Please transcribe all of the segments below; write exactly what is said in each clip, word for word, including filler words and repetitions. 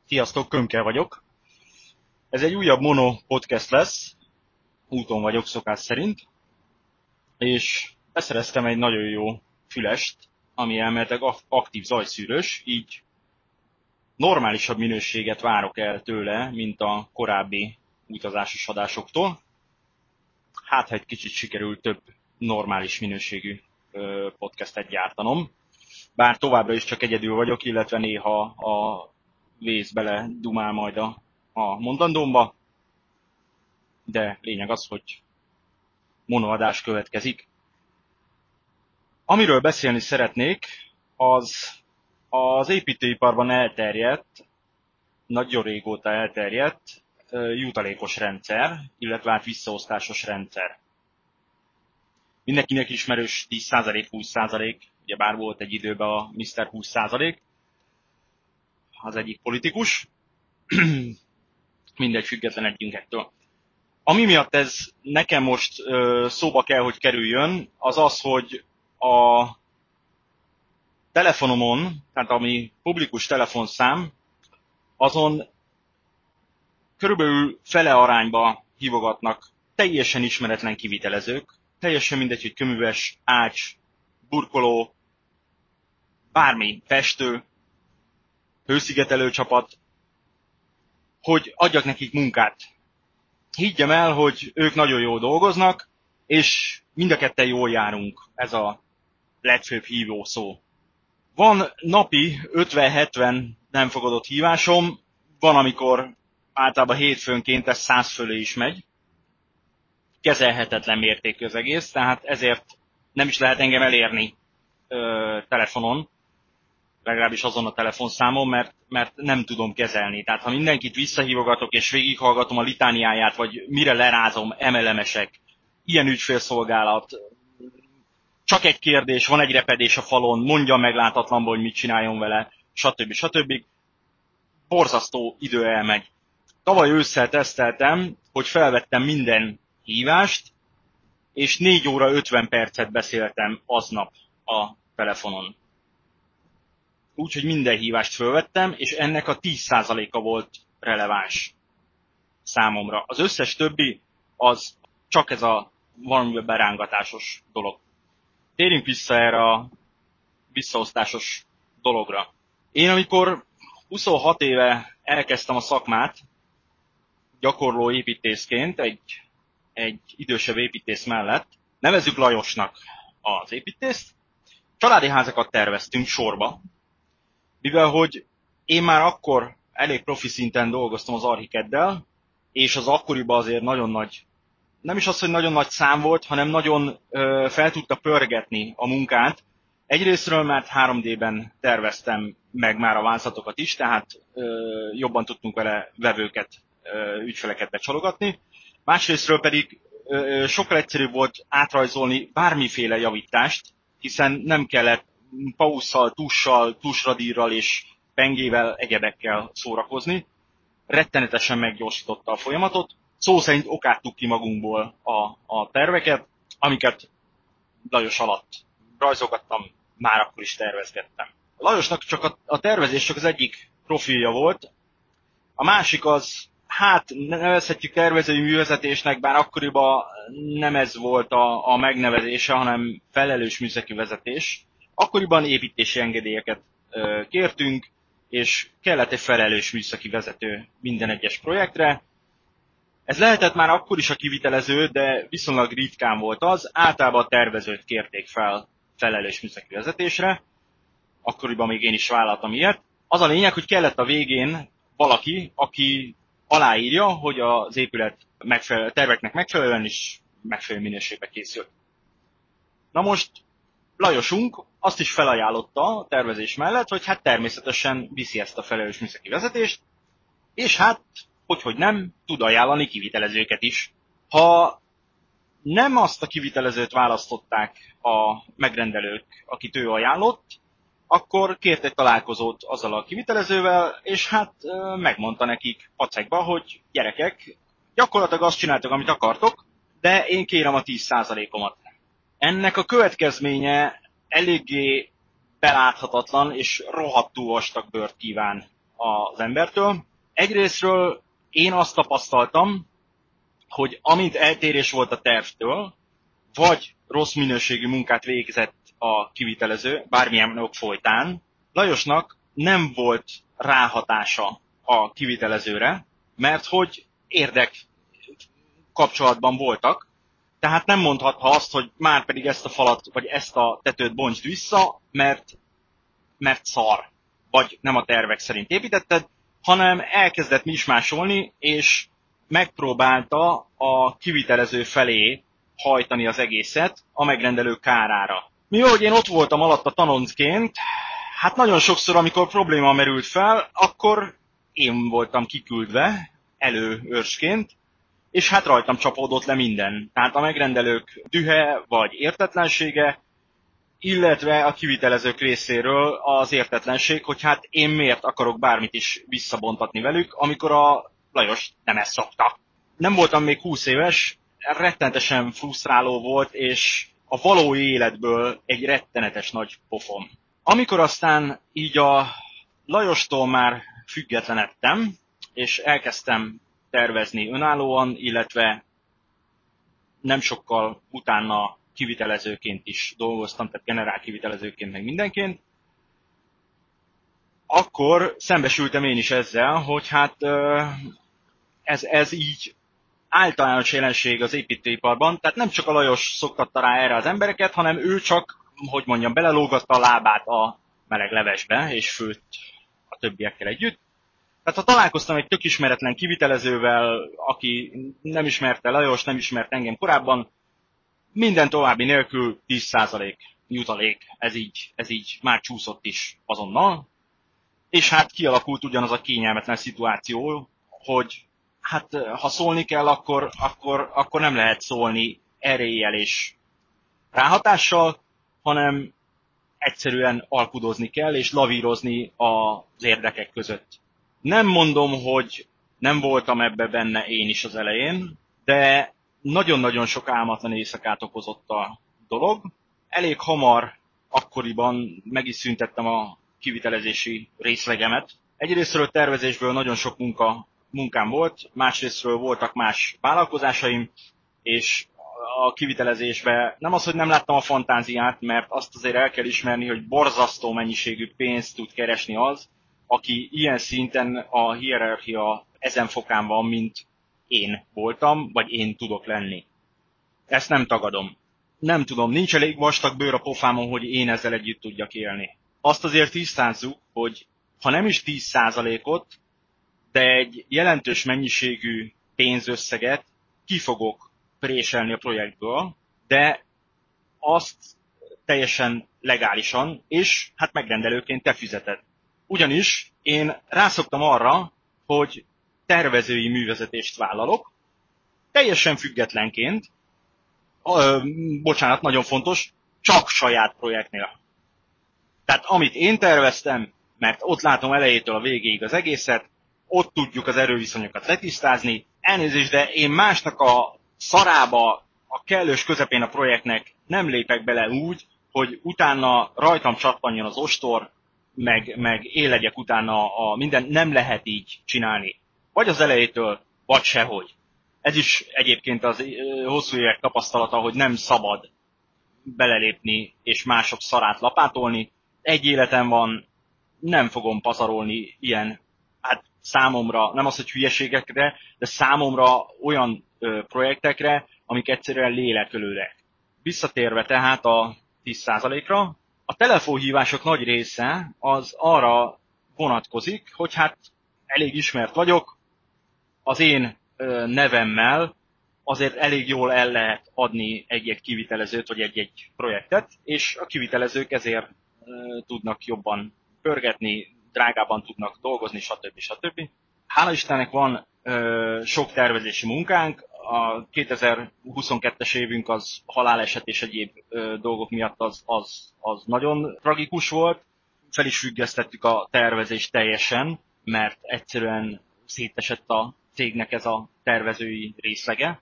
Sziasztok, Könke vagyok. Ez egy újabb mono podcast lesz, úton vagyok szokás szerint, és beszereztem egy nagyon jó fülest, ami elméletileg aktív zajszűrős, így normálisabb minőséget várok el tőle, mint a korábbi utazásos adásoktól. Hát, ha egy kicsit sikerül több normális minőségű podcastet gyártanom, bár továbbra is csak egyedül vagyok, illetve néha a vész bele dumál majd a, a mondandómba, de lényeg az, hogy monoadás következik. Amiről beszélni szeretnék, az az építőiparban elterjedt, nagyon régóta elterjedt jutalékos rendszer, illetve hát visszaosztásos rendszer. Mindenkinek ismerős tíz százalék, húsz százalék, ugye bár volt egy időben a miszter húsz százalék, az egyik politikus, mindegy, független együnk ettől. Ami miatt ez nekem most ö, szóba kell, hogy kerüljön, az az, hogy a telefonomon, tehát ami publikus telefonszám, azon körülbelül fele arányba hívogatnak teljesen ismeretlen kivitelezők, teljesen mindegy, hogy köműves, ács, burkoló, bármi, festő, hőszigetelő csapat, hogy adjak nekik munkát. Higgyem el, hogy ők nagyon jól dolgoznak, és mind a ketten jól járunk, ez a legfőbb hívó szó. Van napi ötven-hetven nem fogadott hívásom, van, amikor általában hétfőnként ez száz fölé is megy. Kezelhetetlen mértékű az egész, tehát ezért nem is lehet engem elérni ö, telefonon, legalábbis azon a telefonszámon, mert, mert nem tudom kezelni. Tehát ha mindenkit visszahívogatok és végighallgatom a litániáját, vagy mire lerázom, em el em-esek, ilyen ügyfélszolgálat, csak egy kérdés, van egy repedés a falon, mondja meg látatlanból, hogy mit csináljon vele, stb. stb. Borzasztó idő elmegy. Tavaly ősszel teszteltem, hogy felvettem minden hívást, és négy óra ötven percet beszéltem aznap a telefonon. Úgyhogy minden hívást felvettem, és ennek a tíz százaléka volt releváns számomra. Az összes többi az csak ez a valamivel berángatásos dolog. Térjünk vissza erre a visszaosztásos dologra. Én amikor huszonhat éve elkezdtem a szakmát, gyakorló építészként, egy, egy idősebb építész mellett, nevezzük Lajosnak az építészt, családi házakat terveztünk sorba, mivel hogy én már akkor elég profi szinten dolgoztam az Archikeddel, és az akkoriban azért nagyon nagy, nem is az, hogy nagyon nagy szám volt, hanem nagyon ö, fel tudta pörgetni a munkát. Egyrésztről, mert három dé-ben terveztem meg már a vázlatokat is, tehát ö, jobban tudtunk vele vevőket, ö, ügyfeleket becsalogatni. Másrésztről pedig ö, sokkal egyszerűbb volt átrajzolni bármiféle javítást, hiszen nem kellett pausszal, tussal, tusradírral és pengével, egyebekkel szórakozni. Rettenetesen meggyorsította a folyamatot. Szó szerint okáttuk ki magunkból a, a terveket, amiket Lajos alatt rajzolgattam, már akkor is tervezgettem. Lajosnak csak a, a tervezés csak az egyik profilja volt, a másik az, hát nevezhetjük tervezői művezetésnek, bár akkoriban nem ez volt a, a megnevezése, hanem felelős műszaki vezetés. Akkoriban építési engedélyeket ö, kértünk, és kellett egy felelős műszaki vezető minden egyes projektre. Ez lehetett már akkor is a kivitelező, de viszonylag ritkán volt az. Általában a tervezőt kérték fel felelős műszaki vezetésre. Akkoriban még én is vállaltam ilyet. Az a lényeg, hogy kellett a végén valaki, aki aláírja, hogy az épület megfelelő, terveknek megfelelően is megfelelő minőségbe készült. Na most Lajosunk azt is felajánlotta a tervezés mellett, hogy hát természetesen viszi ezt a felelős műszaki vezetést, és hát, hogyhogy nem, tud ajánlani kivitelezőket is. Ha nem azt a kivitelezőt választották a megrendelők, akit ő ajánlott, akkor kért egy találkozót azzal a kivitelezővel, és hát megmondta nekik pacekba, hogy gyerekek, gyakorlatilag azt csináltok, amit akartok, de én kérem a tíz százalékomat. Ennek a következménye eléggé beláthatatlan és rohadtul vastag bőrt kíván az embertől. Egyrésztről én azt tapasztaltam, hogy amint eltérés volt a tervtől, vagy rossz minőségű munkát végzett a kivitelező, bármilyen ok folytán, Lajosnak nem volt ráhatása a kivitelezőre, mert hogy érdek kapcsolatban voltak, tehát nem mondhatha azt, hogy már pedig ezt a falat, vagy ezt a tetőt bontsd vissza, mert, mert szar, vagy nem a tervek szerint építetted, hanem elkezdett mismásolni, és megpróbálta a kivitelező felé hajtani az egészet a megrendelő kárára. Mihogy én ott voltam alatta tanoncként, hát nagyon sokszor, amikor probléma merült fel, akkor én voltam kiküldve előőrsként, és hát rajtam csapódott le minden. Tehát a megrendelők dühe vagy értetlensége, illetve a kivitelezők részéről az értetlenség, hogy hát én miért akarok bármit is visszabontatni velük, amikor a Lajos nem ezt szokta. Nem voltam még húsz éves, rettenetesen frusztráló volt, és a való életből egy rettenetes nagy pofon. Amikor aztán így a Lajostól már függetlenedtem, és elkezdtem tervezni önállóan, illetve nem sokkal utána kivitelezőként is dolgoztam, tehát generál kivitelezőként meg mindenként, akkor szembesültem én is ezzel, hogy hát ez, ez így általános jelenség az építőiparban, tehát nem csak a Lajos szoktatta rá erre az embereket, hanem ő csak, hogy mondjam, belelógatta a lábát a meleg levesbe, és főtt a többiekkel együtt. Tehát ha találkoztam egy tök ismeretlen kivitelezővel, aki nem ismerte Lajos, nem ismert engem korábban, minden további nélkül tíz százalék nyutalék, ez így, ez így már csúszott is azonnal. És hát kialakult ugyanaz a kényelmetlen szituáció, hogy hát ha szólni kell, akkor, akkor, akkor nem lehet szólni eréllyel és ráhatással, hanem egyszerűen alkudozni kell és lavírozni az érdekek között. Nem mondom, hogy nem voltam ebbe benne én is az elején, de nagyon-nagyon sok álmatlan éjszakát okozott a dolog. Elég hamar akkoriban meg is szüntettem a kivitelezési részlegemet. Egyrésztről tervezésből nagyon sok munka, munkám volt, másrésztről voltak más vállalkozásaim, és a kivitelezésbe nem az, hogy nem láttam a fantáziát, mert azt azért el kell ismerni, hogy borzasztó mennyiségű pénzt tud keresni az, aki ilyen szinten a hierarchia ezen fokán van, mint én voltam, vagy én tudok lenni. Ezt nem tagadom. Nem tudom, nincs elég vastag bőr a pofámon, hogy én ezzel együtt tudjak élni. Azt azért tisztázzuk, hogy ha nem is tíz százalékot, de egy jelentős mennyiségű pénzösszeget ki fogok préselni a projektből, de azt teljesen legálisan, és hát megrendelőként te fizeted. Ugyanis én rászoktam arra, hogy tervezői művezetést vállalok, teljesen függetlenként, ö, bocsánat, nagyon fontos, csak saját projektnél. Tehát amit én terveztem, mert ott látom elejétől a végéig az egészet, ott tudjuk az erőviszonyokat letisztázni. Elnézést, de én másnak a szarába, a kellős közepén a projektnek nem lépek bele úgy, hogy utána rajtam csattanjon az ostor, meg, meg én legyek utána a minden, nem lehet így csinálni. Vagy az elejétől, vagy sehogy. Ez is egyébként az hosszú évek tapasztalata, hogy nem szabad belelépni és mások szarát lapátolni. Egy életem van, nem fogom pazarolni ilyen, hát számomra, nem az, hogy hülyeségekre, de számomra olyan ö, projektekre, amik egyszerűen lélekölőek. Visszatérve tehát a tíz százalékra, a telefonhívások nagy része az arra vonatkozik, hogy hát elég ismert vagyok, az én ö, nevemmel azért elég jól el lehet adni egy-egy kivitelezőt, vagy egy-egy projektet, és a kivitelezők ezért e, tudnak jobban pörgetni, drágában tudnak dolgozni, stb. stb. Hála Istennek van e, sok tervezési munkánk, a kétezer-huszonkettes évünk az haláleset és egyéb e, dolgok miatt az, az, az nagyon tragikus volt. Fel is függesztettük a tervezést teljesen, mert egyszerűen szétesett a cégnek ez a tervezői részlege.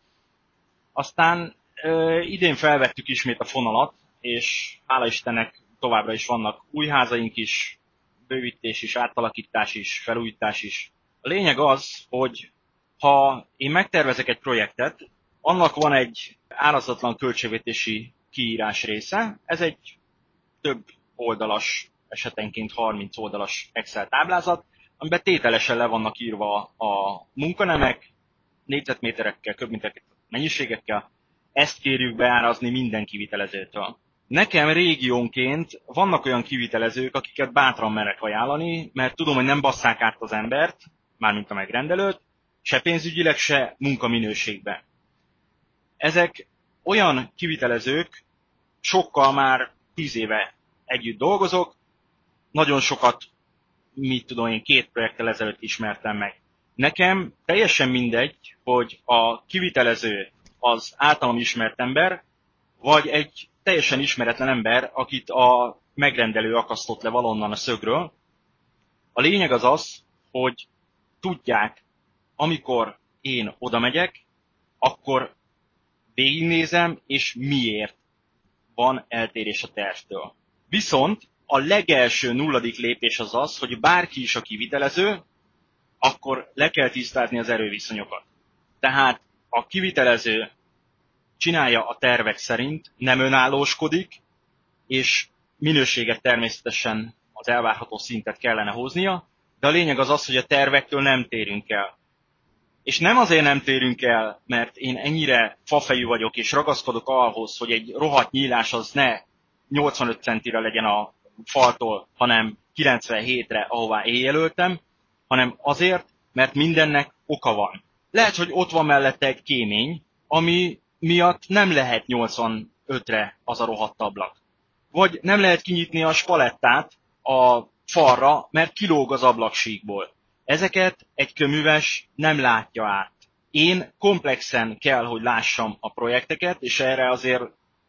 Aztán ö, idén felvettük ismét a fonalat, és hála Istennek továbbra is vannak új házaink is, bővítés is, átalakítás is, felújítás is. A lényeg az, hogy ha én megtervezek egy projektet, annak van egy árazatlan költségvetési kiírás része, ez egy több oldalas, esetenként harminc oldalas Excel táblázat, amiben tételesen le vannak írva a munkanemek, négyzetméterekkel, köbméterekkel, mennyiségekkel. Ezt kérjük beárazni minden kivitelezőtől. Nekem régiónként vannak olyan kivitelezők, akiket bátran merek ajánlani, mert tudom, hogy nem basszák át az embert, mármint a megrendelőt, se pénzügyileg, se munkaminőségben. Ezek olyan kivitelezők, sokkal már tíz éve együtt dolgozok, nagyon sokat, mit tudom én, két projekttel ezelőtt ismertem meg. Nekem teljesen mindegy, hogy a kivitelező az általam ismert ember, vagy egy teljesen ismeretlen ember, akit a megrendelő akasztott le valonnan a szögről. A lényeg az az, hogy tudják, amikor én oda megyek, akkor végignézem, és miért van eltérés a tervtől. Viszont a legelső nulladik lépés az az, hogy bárki is a kivitelező, akkor le kell tisztázni az erőviszonyokat. Tehát a kivitelező csinálja a tervek szerint, nem önállóskodik, és minőséget természetesen az elvárható szintet kellene hoznia, de a lényeg az az, hogy a tervektől nem térünk el. És nem azért nem térünk el, mert én ennyire fafejű vagyok, és ragaszkodok ahhoz, hogy egy rohadt nyílás az ne nyolcvanöt centire legyen a faltól, hanem kilencvenhétre, ahová én jelöltem, hanem azért, mert mindennek oka van. Lehet, hogy ott van mellette egy kémény, ami miatt nem lehet nyolcvanötre az a rohadt ablak. Vagy nem lehet kinyitni a spalettát a falra, mert kilóg az ablaksíkból. Ezeket egy köműves nem látja át. Én komplexen kell, hogy lássam a projekteket, és erre azért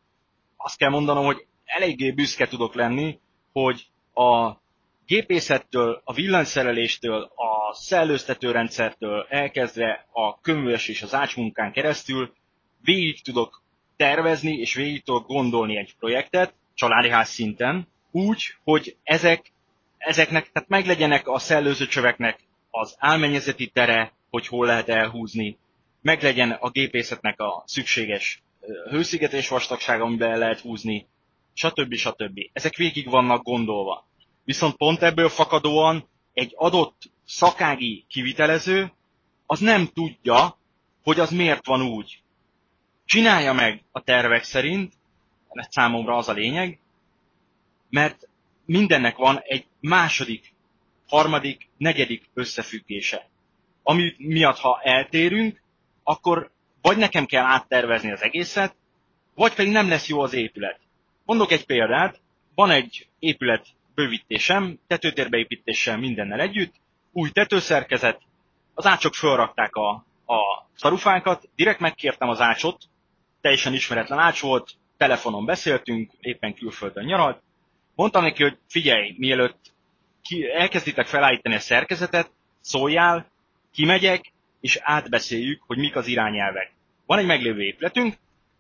azt kell mondanom, hogy eléggé büszke tudok lenni, hogy a gépészettől, a villanyszereléstől, a szellőztetőrendszertől elkezdve a köműves és az ácsmunkán keresztül végig tudok tervezni, és végig tudok gondolni egy projektet, családi ház szinten, úgy, hogy ezek, ezeknek, tehát meglegyenek a szellőzőcsöveknek az álmennyezeti tere, hogy hol lehet elhúzni, meglegyen a gépészetnek a szükséges hőszigetés vastagsága, amiben el lehet húzni, stb. stb. Ezek végig vannak gondolva. Viszont pont ebből fakadóan egy adott szakági kivitelező az nem tudja, hogy az miért van úgy. Csinálja meg a tervek szerint, ez számomra az a lényeg, mert mindennek van egy második, harmadik, negyedik összefüggése. Ami miatt, ha eltérünk, akkor vagy nekem kell áttervezni az egészet, vagy pedig nem lesz jó az épület. Mondok egy példát, van egy épület bővítésem, tetőtérbeépítéssel mindennel együtt, új tetőszerkezet, az ácsok fölrakták a, a szarufákat, direkt megkértem az ácsot, teljesen ismeretlen ács volt, telefonon beszéltünk, éppen külföldön nyaralt, mondtam neki, hogy figyelj, mielőtt ki, elkezditek felállítani a szerkezetet, szóljál, kimegyek, és átbeszéljük, hogy mik az irányelvek. Van egy meglévő épületünk,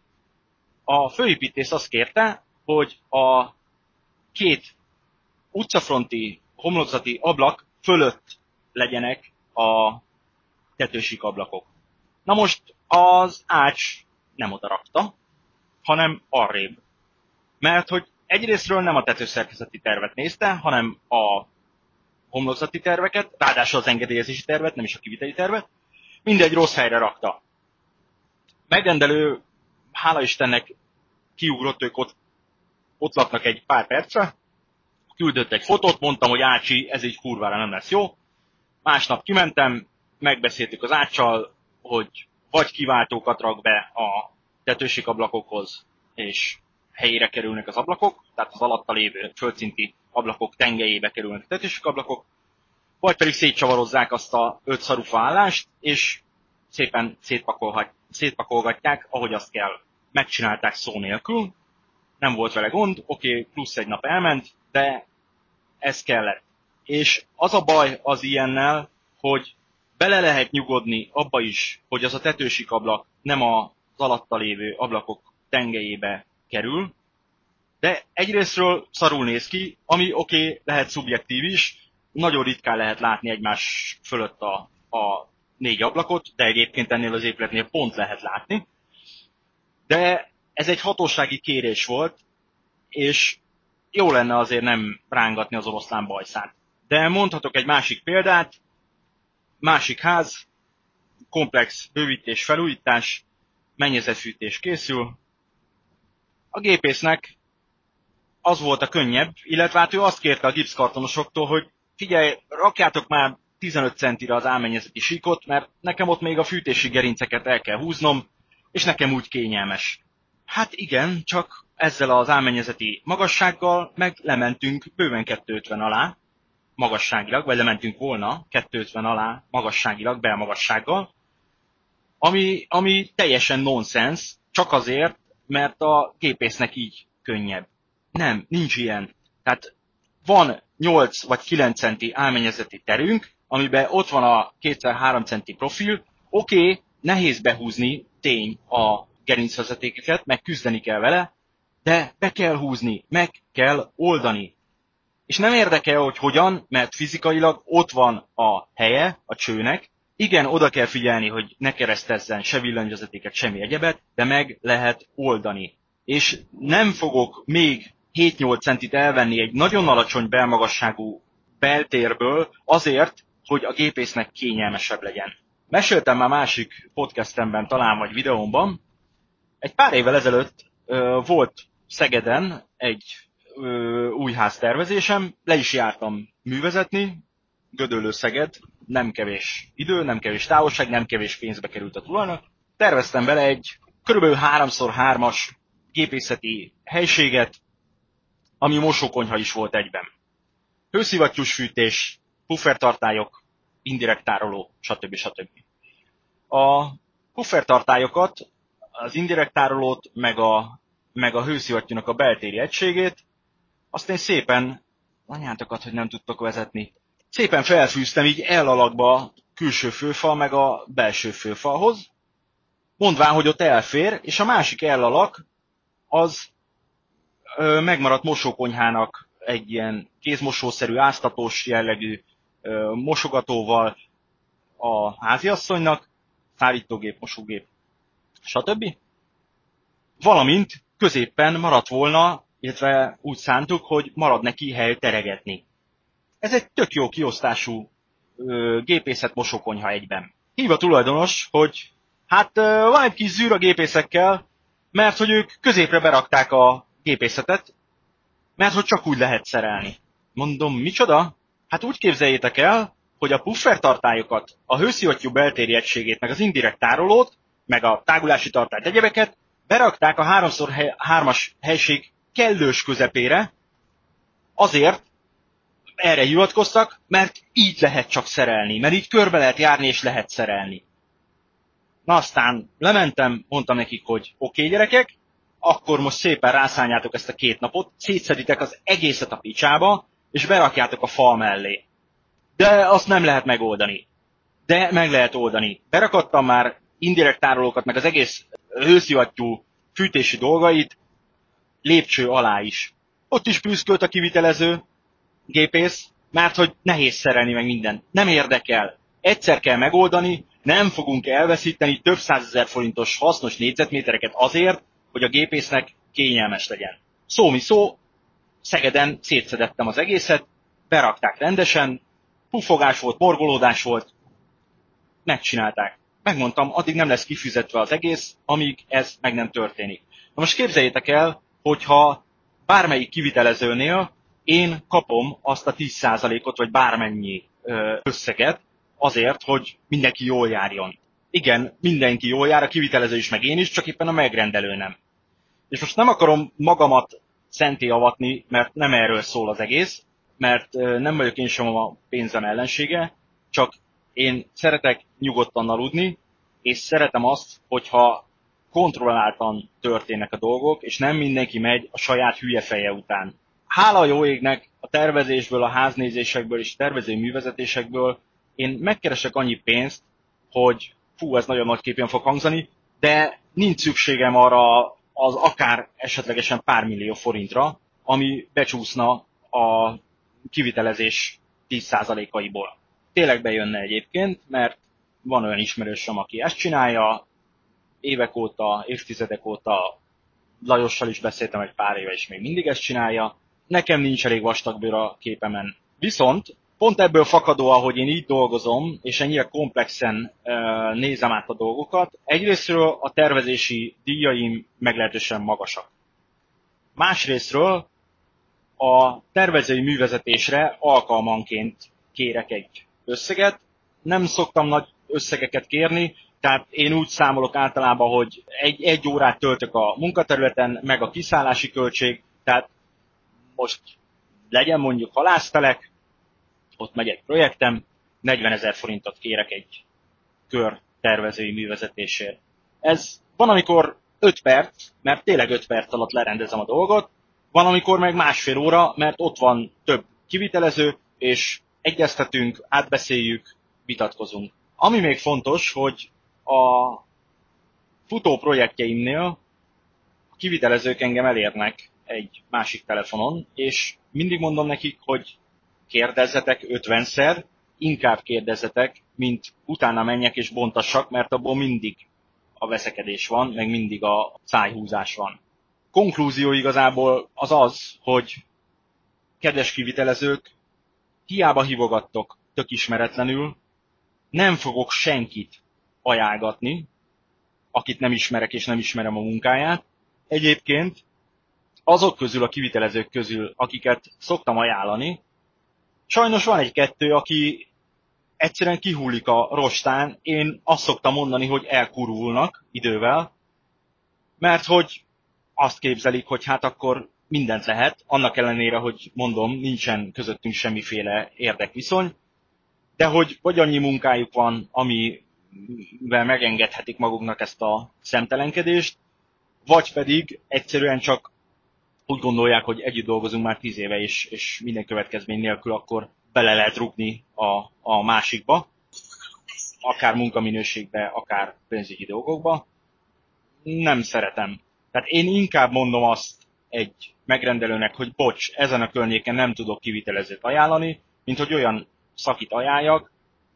a főépítész azt kérte, hogy a két utcafronti homlokzati ablak fölött legyenek a tetősík ablakok. Na most az ács nem oda rakta, hanem arrébb. Mert hogy egyrésztről nem a tetőszerkezeti tervet nézte, hanem a homlokzati terveket, ráadásul az engedélyezési tervet, nem is a kiviteli tervet, mindegy rossz helyre rakta. Megrendelő, hála Istennek, kiugrott, ők ott, ott laknak egy pár percre, küldött egy fotót, mondtam, hogy Ácsi, ez így kurvára nem lesz jó. Másnap kimentem, megbeszéltük az Áccsal, hogy vagy kiváltókat rak be a tetősik ablakokhoz, és helyére kerülnek az ablakok, tehát az alatta lévő földszinti ablakok tengelyébe kerülnek a tetősik ablakok, vagy pedig szétcsavarozzák azt a öt szarufa állást, és szépen szétpakolgatják, ahogy azt kell. Megcsinálták szó nélkül, nem volt vele gond, oké, okay, plusz egy nap elment, de ez kellett. És az a baj az ilyennel, hogy bele lehet nyugodni abba is, hogy az a tetősik ablak nem az alatta lévő ablakok tengelyébe kerül, De egyrésztről szarul néz ki, ami oké, okay, lehet szubjektív is, nagyon ritkán lehet látni egymás fölött a, a négy ablakot, de egyébként ennél az épületnél pont lehet látni. De ez egy hatósági kérés volt, és jó lenne azért nem rángatni az oroszlán bajszát. De mondhatok egy másik példát, másik ház, komplex bővítés, felújítás, mennyezetfűtés készül. A gépésznek az volt a könnyebb, illetve hát ő azt kérte a gipszkartonosoktól, hogy figyelj, rakjátok már tizenöt centire az álmennyezeti síkot, mert nekem ott még a fűtési gerinceket el kell húznom, és nekem úgy kényelmes. Hát igen, csak ezzel az álmennyezeti magassággal meg lementünk bőven kétszázötven alá, magasságilag, vagy lementünk volna kétszázötven alá magasságilag, belmagassággal, ami, ami teljesen nonsens, csak azért, mert a gépésznek így könnyebb. Nem, nincs ilyen. Tehát van nyolc vagy kilenc centi álmennyezeti terünk, amiben ott van a kétszer-három centi profil. Oké, okay, nehéz behúzni, tény a gerincvezetékeket, meg küzdeni kell vele, de be kell húzni, meg kell oldani. És nem érdekel, hogy hogyan, mert fizikailag ott van a helye a csőnek. Igen, oda kell figyelni, hogy ne keresztezzen se villanyvezetéket, semmi egyebet, de meg lehet oldani. És nem fogok még hét-nyolc centit elvenni egy nagyon alacsony belmagasságú beltérből azért, hogy a gépésznek kényelmesebb legyen. Meséltem már másik podcastemben talán, vagy videómban, egy pár évvel ezelőtt ö, volt Szegeden egy ö, új ház tervezésem, le is jártam művezetni, Gödöllő Szeged, nem kevés idő, nem kevés távolság, nem kevés pénzbe került a tulajnak. Terveztem bele egy körülbelül három szor hármas gépészeti helységet, ami mosókonyha is volt egyben. Hőszivattyús fűtés, puffertartályok, indirekt tároló, stb. stb. A puffertartályokat, az indirekt tárolót, meg a, meg a hőszivattyúnak a beltéri egységét, azt én szépen, anyátokat, hogy nem tudtok vezetni, szépen felfűztem így elalakba külső főfal, meg a belső főfalhoz, mondván, hogy ott elfér, és a másik elalak az ö, megmaradt mosókonyhának egy ilyen kézmosószerű, áztatós jellegű ö, mosogatóval a háziasszonynak, szárítógép, mosógép, stb. Valamint középpen maradt volna, illetve úgy szántuk, hogy marad neki hely teregetni. Ez egy tök jó kiosztású ö, gépészet mosókonyha egyben. Hív a tulajdonos, hogy hát ö, van egy kis zűr a gépészekkel, mert hogy ők középre berakták a gépészetet, mert hogy csak úgy lehet szerelni. Mondom, micsoda? Hát úgy képzeljétek el, hogy a puffertartályokat, a hőszivattyú beltéri egységét, meg az indirekt tárolót, meg a tágulási tartályt, egyebeket berakták a három szor hármas helység kellős közepére, azért erre hivatkoztak, mert így lehet csak szerelni, mert így körbe lehet járni és lehet szerelni. Na aztán lementem, mondtam nekik, hogy oké okay, gyerekek, akkor most szépen rászálljátok ezt a két napot, szétszeditek az egészet a picsába, és berakjátok a fal mellé. De azt nem lehet megoldani. De meg lehet oldani. Berakadtam már indirekt tárolókat, meg az egész hőszivattyú fűtési dolgait lépcső alá is. Ott is püszkölt a kivitelező gépész, mert hogy nehéz szerelni meg minden. Nem érdekel. Egyszer kell megoldani, nem fogunk elveszíteni több százezer forintos hasznos négyzetmétereket azért, hogy a gépésznek kényelmes legyen. Szó mi szó, Szegeden szétszedettem az egészet, berakták rendesen, puffogás volt, morgolódás volt, megcsinálták. Megmondtam, addig nem lesz kifizetve az egész, amíg ez meg nem történik. Na most képzeljétek el, hogyha bármelyik kivitelezőnél én kapom azt a tíz százalékot, vagy bármennyi összeget azért, hogy mindenki jól járjon. Igen, mindenki jól jár, a kivitelező is, meg én is, csak éppen a megrendelő nem. És most nem akarom magamat szenté avatni, mert nem erről szól az egész, mert nem vagyok én sem a pénzem ellensége, csak én szeretek nyugodtan aludni, és szeretem azt, hogyha kontrolláltan történnek a dolgok, és nem mindenki megy a saját hülye feje után. Hála a jó égnek a tervezésből, a háznézésekből és a tervezői művezetésekből én megkeresek annyi pénzt, hogy fú, ez nagyon nagy képen fog hangzani, de nincs szükségem arra az akár esetlegesen pár millió forintra, ami becsúszna a kivitelezés tíz százalékaiból. Tényleg bejönne egyébként, mert van olyan ismerősöm, aki ezt csinálja, évek óta, évtizedek óta, Lajossal is beszéltem egy pár éve, és még mindig ezt csinálja. Nekem nincs elég vastagbőr a képemen. Viszont pont ebből fakadó, ahogy én így dolgozom, és ennyire komplexen uh, nézem át a dolgokat, egyrésztről a tervezési díjaim meglehetősen magasak. Másrésztről a tervezői művezetésre alkalmanként kérek egy összeget. Nem szoktam nagy összegeket kérni, tehát én úgy számolok általában, hogy egy, egy órát töltök a munkaterületen, meg a kiszállási költség, tehát most legyen mondjuk halásztelek, ott megy egy projektem, negyvenezer forintot kérek egy kör tervezői művezetésért. Ez van, amikor öt perc, mert tényleg öt perc alatt lerendezem a dolgot, van, amikor meg másfél óra, mert ott van több kivitelező, és egyeztetünk, átbeszéljük, vitatkozunk. Ami még fontos, hogy a futó projektjeimnél a kivitelezők engem elérnek egy másik telefonon, és mindig mondom nekik, hogy kérdezzetek ötvenszer, inkább kérdezzetek, mint utána menjek és bontassak, mert abból mindig a veszekedés van, meg mindig a szájhúzás van. Konklúzió igazából az az, hogy kedves kivitelezők, hiába hívogattok tök ismeretlenül, nem fogok senkit ajánlgatni, akit nem ismerek és nem ismerem a munkáját. Egyébként azok közül, a kivitelezők közül, akiket szoktam ajánlani, sajnos van egy-kettő, aki egyszerűen kihullik a rostán. Én azt szoktam mondani, hogy elkurvulnak idővel, mert hogy azt képzelik, hogy hát akkor mindent lehet, annak ellenére, hogy mondom, nincsen közöttünk semmiféle érdekviszony, de hogy vagy annyi munkájuk van, amivel megengedhetik maguknak ezt a szemtelenkedést, vagy pedig egyszerűen csak úgy gondolják, hogy együtt dolgozunk már tíz éve, és, és minden következmény nélkül akkor bele lehet rugni a, a másikba, akár munkaminőségbe, akár pénzügyi dolgokba. Nem szeretem. Tehát én inkább mondom azt egy megrendelőnek, hogy bocs, ezen a környéken nem tudok kivitelezőt ajánlani, mint hogy olyan szakit ajánljak,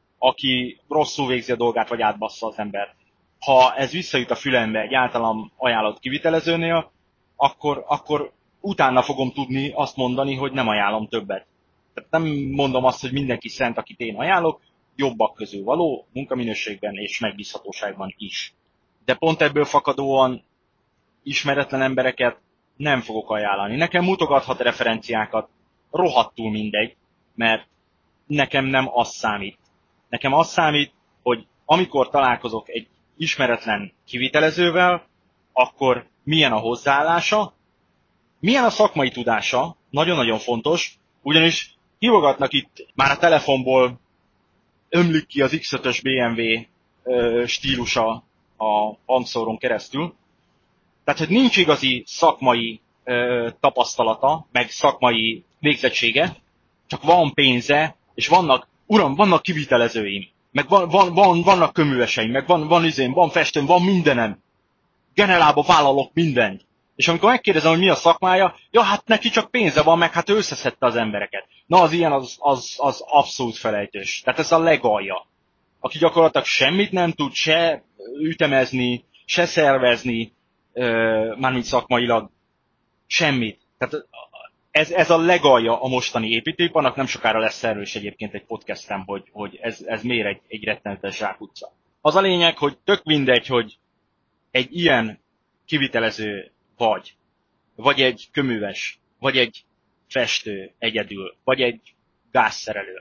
aki rosszul végzi a dolgát, vagy átbassza az embert. Ha ez visszajut a fülembe egy általam ajánlott kivitelezőnél, akkor, akkor utána fogom tudni azt mondani, hogy nem ajánlom többet. Tehát nem mondom azt, hogy mindenki szent, akit én ajánlok, jobbak közül való, munkaminőségben és megbízhatóságban is. De pont ebből fakadóan ismeretlen embereket nem fogok ajánlani. Nekem mutogathat referenciákat, rohadtul mindegy, mert nekem nem az számít. Nekem az számít, hogy amikor találkozok egy ismeretlen kivitelezővel, akkor milyen a hozzáállása, milyen a szakmai tudása, nagyon-nagyon fontos, ugyanis hívogatnak itt már a telefonból, ömlik ki az iksz ötös bé em vé stílusa a hangszórón keresztül. Tehát, hogy nincs igazi szakmai ö, tapasztalata, meg szakmai végzettsége, csak van pénze, és vannak, uram, vannak kivitelezőim, meg van, van, van, vannak köműveseim, meg van, van izém, van festőm, van mindenem. Generálba vállalok mindent. És amikor megkérdezem, hogy mi a szakmája, ja, hát neki csak pénze van, meg hát ő összeszedte az embereket. Na, az ilyen, az, az, az abszolút felejtős. Tehát ez a legalja. Aki gyakorlatilag semmit nem tud se ütemezni, se szervezni, mármint szakmailag, semmit. Tehát ez, ez a legalja a mostani építőiparnak, nem sokára lesz erről is egyébként egy podcastem, hogy, hogy ez, ez miért egy, egy rettenetes zsákutca. Az a lényeg, hogy tök mindegy, hogy egy ilyen kivitelező vagy, vagy egy köműves, vagy egy festő egyedül, vagy egy gázszerelő.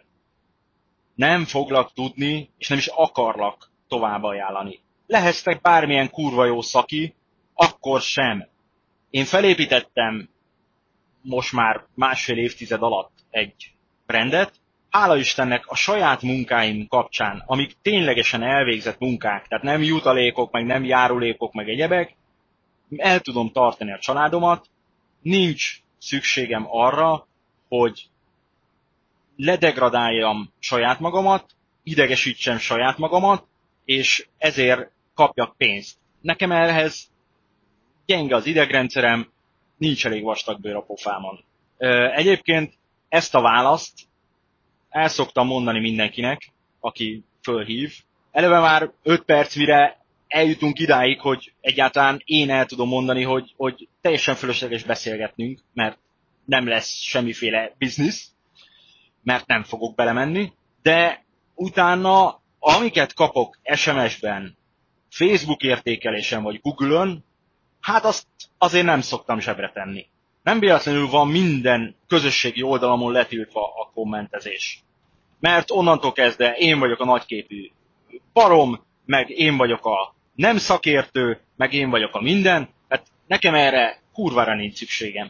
Nem foglak tudni, és nem is akarlak tovább ajánlani. Lehettek bármilyen kurva jó szaki, akkor sem. Én felépítettem most már másfél évtized alatt egy brandet, hála Istennek a saját munkáim kapcsán, amik ténylegesen elvégzett munkák, tehát nem jutalékok, meg nem járulékok, meg egyebek, el tudom tartani a családomat, nincs szükségem arra, hogy ledegradáljam saját magamat, idegesítsem saját magamat, és ezért kapjak pénzt. Nekem ehhez gyenge az idegrendszerem, nincs elég vastag bőr a pofámon. Egyébként ezt a választ el szoktam mondani mindenkinek, aki fölhív. Eleve már öt perc, mire eljutunk idáig, hogy egyáltalán én el tudom mondani, hogy, hogy teljesen fölösleges beszélgetnünk, mert nem lesz semmiféle biznisz, mert nem fogok belemenni, de utána, amiket kapok es em es-ben, Facebook értékelésen vagy Google-ön, hát azt azért nem szoktam zsebre tenni. Nem véletlenül van minden közösségi oldalamon letiltva a kommentezés. Mert onnantól kezdve én vagyok a nagyképű barom, meg én vagyok a nem szakértő, meg én vagyok a minden, hát nekem erre kurvára nincs szükségem.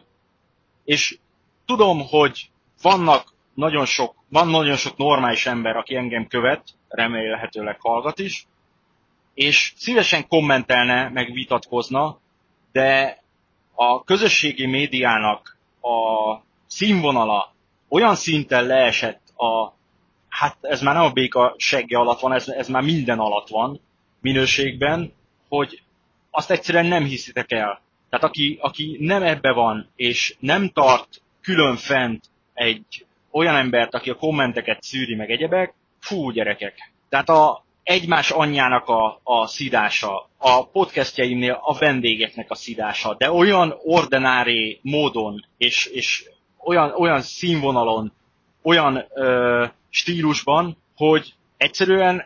És tudom, hogy vannak nagyon sok, van nagyon sok normális ember, aki engem követ, remélhetőleg hallgat is, és szívesen kommentelne, meg vitatkozna, de a közösségi médiának a színvonala olyan szinten leesett a, hát ez már nem a béka segge alatt van, ez, ez már minden alatt van minőségben, hogy azt egyszerűen nem hiszitek el. Tehát aki, aki nem ebbe van, és nem tart külön fent egy olyan embert, aki a kommenteket szűri meg egyebek, fú gyerekek. Tehát a egymás anyjának a, a szidása, a podcastjaimnél a vendégeknek a szidása, de olyan ordinári módon, és, és olyan, olyan színvonalon, olyan ö, stílusban, hogy egyszerűen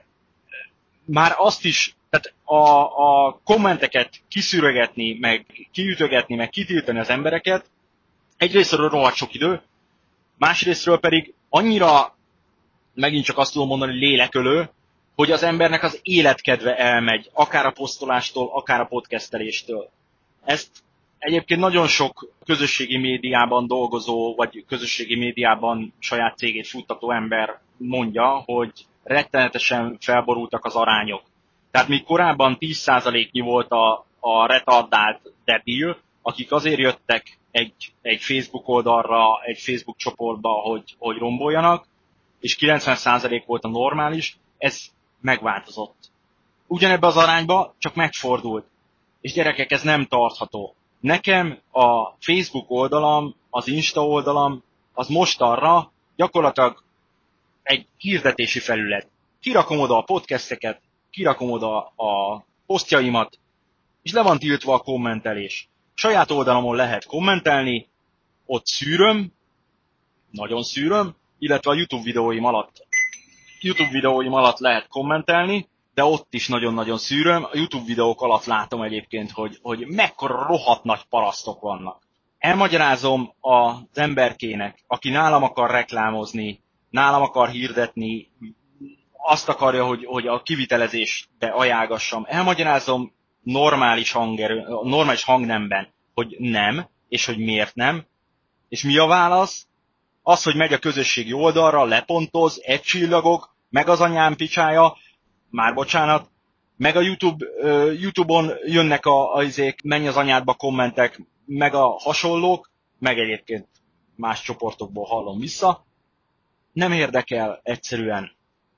már azt is, tehát a, a kommenteket kiszűrögetni, meg kiütögetni, meg kitiltani az embereket, egyrésztről rohadt sok idő, másrésztről pedig annyira, megint csak azt tudom mondani, lélekölő, hogy az embernek az életkedve elmegy, akár a posztolástól, akár a podcasteléstől. Ezt egyébként nagyon sok közösségi médiában dolgozó, vagy közösségi médiában saját cégét futtató ember mondja, hogy rettenetesen felborultak az arányok. Tehát míg korábban tíz százaléknyi volt a, a retardált debil, akik azért jöttek egy, egy Facebook oldalra, egy Facebook csoportba, hogy, hogy romboljanak, és kilencven százalék volt a normális, ez megváltozott. Ugyanebben az arányba, csak megfordult. És gyerekek, ez nem tartható. Nekem a Facebook oldalam, az Insta oldalam, az most arra gyakorlatilag egy hirdetési felület. Kirakom oda a podcasteket, kirakom oda a posztjaimat, és le van tiltva a kommentelés. Saját oldalamon lehet kommentelni, ott szűröm, nagyon szűröm, illetve a YouTube videóim alatt, YouTube videóim alatt lehet kommentelni, de ott is nagyon-nagyon szűröm. A YouTube videók alatt látom egyébként, hogy, hogy mekkora rohadt nagy parasztok vannak. Elmagyarázom az emberkének, aki nálam akar reklámozni, nálam akar hirdetni, azt akarja, hogy, hogy a kivitelezésbe ajánlgassam. Elmagyarázom normális, hangerő, normális hangnemben, hogy nem, és hogy miért nem. És mi a válasz? Az, hogy megy a közösségi oldalra, lepontoz, egy csillagok, meg az anyám picsája, már bocsánat, meg a YouTube, uh, YouTube-on jönnek a, a izék, menj az anyádba kommentek, meg a hasonlók, meg egyébként más csoportokból hallom vissza. Nem érdekel egyszerűen.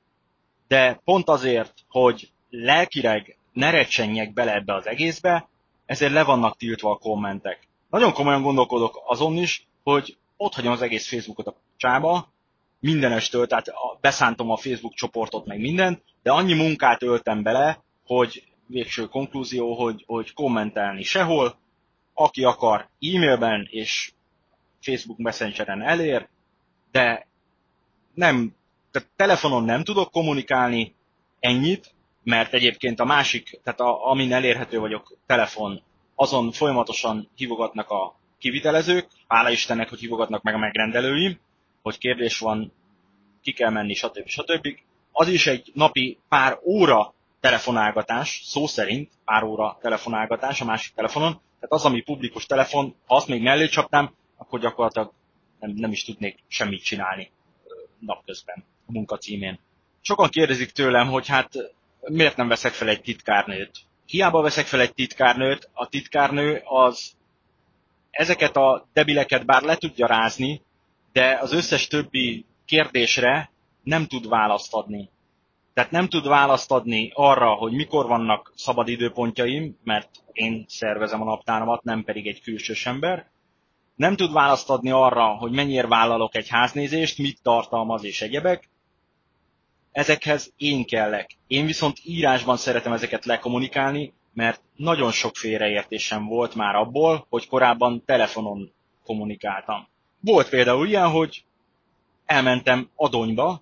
De pont azért, hogy lelkileg ne recsenjek bele ebbe az egészbe, ezért le vannak tiltva a kommentek. Nagyon komolyan gondolkodok azon is, hogy ott hagyom az egész Facebookot a csába, mindenestől, tehát beszántom a Facebook csoportot, meg mindent, de annyi munkát öltem bele, hogy végső konklúzió, hogy, hogy kommentelni sehol, aki akar e-mailben és Facebook Messengeren elér, de nem, tehát telefonon nem tudok kommunikálni ennyit, mert egyébként a másik, tehát a, amin elérhető vagyok, telefon, azon folyamatosan hívogatnak a kivitelezők, hála Istennek, hogy hívogatnak meg a megrendelőim, hogy kérdés van, ki kell menni, stb. stb. Az is egy napi pár óra telefonálgatás, szó szerint pár óra telefonálgatás a másik telefonon, tehát az, ami publikus telefon, ha azt még mellé csapnám, akkor gyakorlatilag nem, nem is tudnék semmit csinálni napközben a munkacímén. Sokan kérdezik tőlem, hogy hát miért nem veszek fel egy titkárnőt. Hiába veszek fel egy titkárnőt, a titkárnő az ezeket a debileket bár le tudja rázni, de az összes többi kérdésre nem tud választ adni. Tehát nem tud választ adni arra, hogy mikor vannak szabad időpontjaim, mert én szervezem a naptáramat, nem pedig egy külsős ember. Nem tud választ adni arra, hogy mennyire vállalok egy háznézést, mit tartalmaz és egyebek. Ezekhez én kellek. Én viszont írásban szeretem ezeket lekommunikálni, mert nagyon sok félreértésem volt már abból, hogy korábban telefonon kommunikáltam. Volt például ilyen, hogy elmentem Adonyba,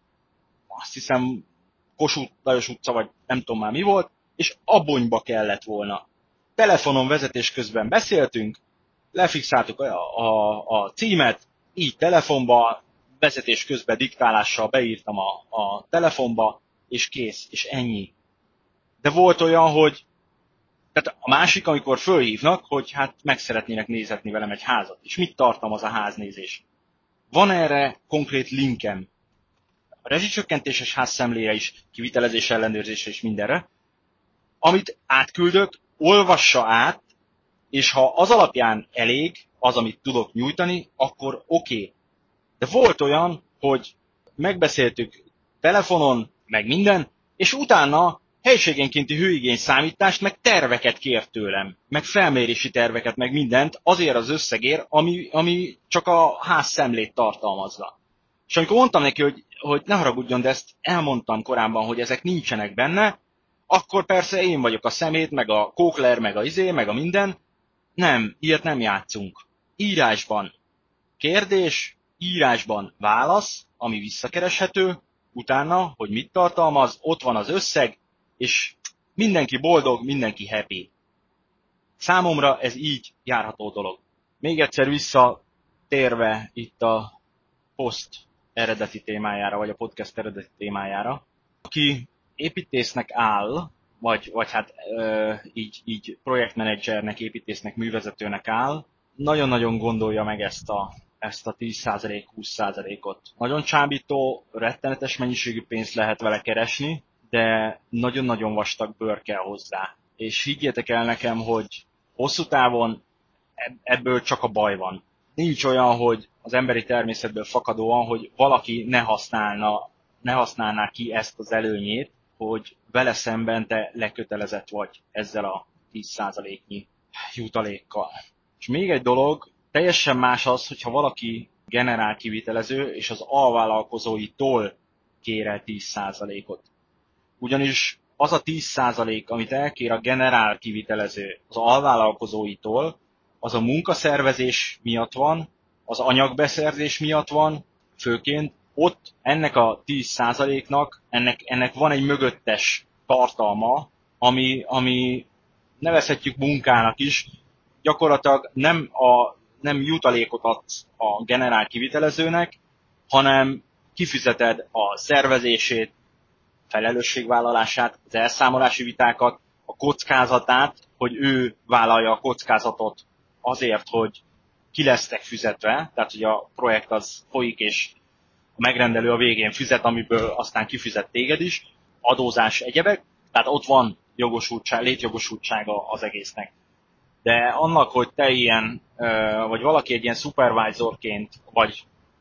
azt hiszem Kossuth Lajos utca, vagy nem tudom már mi volt, és Abonyba kellett volna. Telefonon vezetés közben beszéltünk, lefixáltuk a, a, a címet, így telefonba, vezetés közben diktálással beírtam a, a telefonba, és kész, és ennyi. De volt olyan, hogy tehát a másik, amikor fölhívnak, hogy hát meg szeretnének nézetni velem egy házat. És mit tartalmaz a háznézés? Van erre konkrét linkem. A rezsicsökkentéses házszemlére is, kivitelezés ellenőrzésre is mindenre, amit átküldök, olvassa át, és ha az alapján elég, az, amit tudok nyújtani, akkor oké. Okay. De volt olyan, hogy megbeszéltük telefonon, meg minden, és utána helységenkénti hőigény számítást, meg terveket kért tőlem, meg felmérési terveket, meg mindent, azért az összegért, ami, ami csak a ház szemlét tartalmazza. És amikor mondtam neki, hogy, hogy ne haragudjon, de ezt elmondtam korábban, hogy ezek nincsenek benne, akkor persze én vagyok a szemét, meg a kókler, meg a izé, meg a minden. Nem, ilyet nem játszunk. Írásban kérdés, írásban válasz, ami visszakereshető, utána, hogy mit tartalmaz, ott van az összeg, és mindenki boldog, mindenki happy. Számomra ez így járható dolog. Még egyszer visszatérve itt a post eredeti témájára, vagy a podcast eredeti témájára, aki építésznek áll, vagy, vagy hát ö, így, így projektmenedzsernek, építésznek, művezetőnek áll, nagyon-nagyon gondolja meg ezt a, ezt a tíz százalék, húsz százalékot. Nagyon csábító, rettenetes mennyiségű pénzt lehet vele keresni, de nagyon-nagyon vastag bőr kell hozzá. És higgyétek el nekem, hogy hosszú távon ebből csak a baj van. Nincs olyan, hogy az emberi természetből fakadóan, hogy valaki ne használna, ne használná ki ezt az előnyét, hogy vele szemben te lekötelezett vagy ezzel a tíz százaléknyi jutalékkal. És még egy dolog, teljesen más az, hogyha valaki generál kivitelező, és az alvállalkozóitól kér el tíz százalékot. Ugyanis az a tíz százalék, amit elkér a generál kivitelező az alvállalkozóitól, az a munkaszervezés miatt van, az anyagbeszerzés miatt van, főként ott ennek a tíz százaléknak, ennek, ennek van egy mögöttes tartalma, ami, ami nevezhetjük munkának is, gyakorlatilag nem, a, nem jutalékot adsz a generál kivitelezőnek, hanem kifizeted a szervezését, felelősségvállalását, az elszámolási vitákat, a kockázatát, hogy ő vállalja a kockázatot azért, hogy ki lesztek fizetve, tehát hogy a projekt az folyik, és a megrendelő a végén fizet, amiből aztán kifizet téged is, adózás, egyebek, tehát ott van jogosultság, létjogosultsága az egésznek. De annak, hogy te ilyen, vagy valaki egy ilyen supervisorként, vagy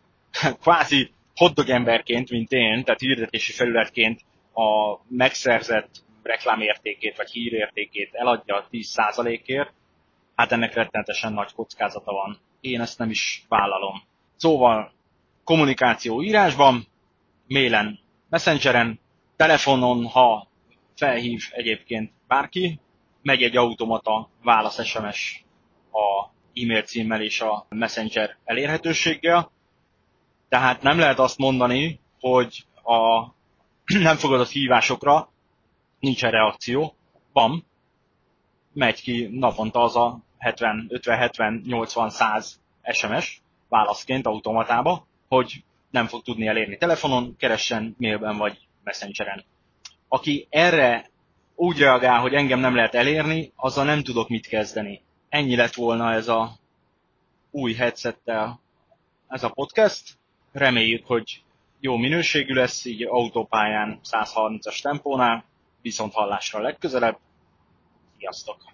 kvázi hotdog emberként, mint én, tehát hirdetési felületként a megszerzett reklámértékét vagy hírértékét eladja a tíz százalékért, hát ennek rettenetesen nagy kockázata van. Én ezt nem is vállalom. Szóval kommunikáció írásban, mailen, messengeren, telefonon, ha felhív egyébként bárki, megy egy automata válasz es em es a e-mail címmel és a messenger elérhetőséggel, tehát nem lehet azt mondani, hogy a nem fogadott hívásokra nincsen reakció. Van, megy ki naponta az a hetven, ötven, hetven, nyolcvan, száz es em es válaszként automatába, hogy nem fog tudni elérni telefonon, keressen mailben vagy messengeren. Aki erre úgy reagál, hogy engem nem lehet elérni, azzal nem tudok mit kezdeni. Ennyi lett volna ez a új headsettel ez a podcast. Reméljük, hogy jó minőségű lesz, így autópályán száz harmincas tempónál, viszont hallásra legközelebb. Sziasztok!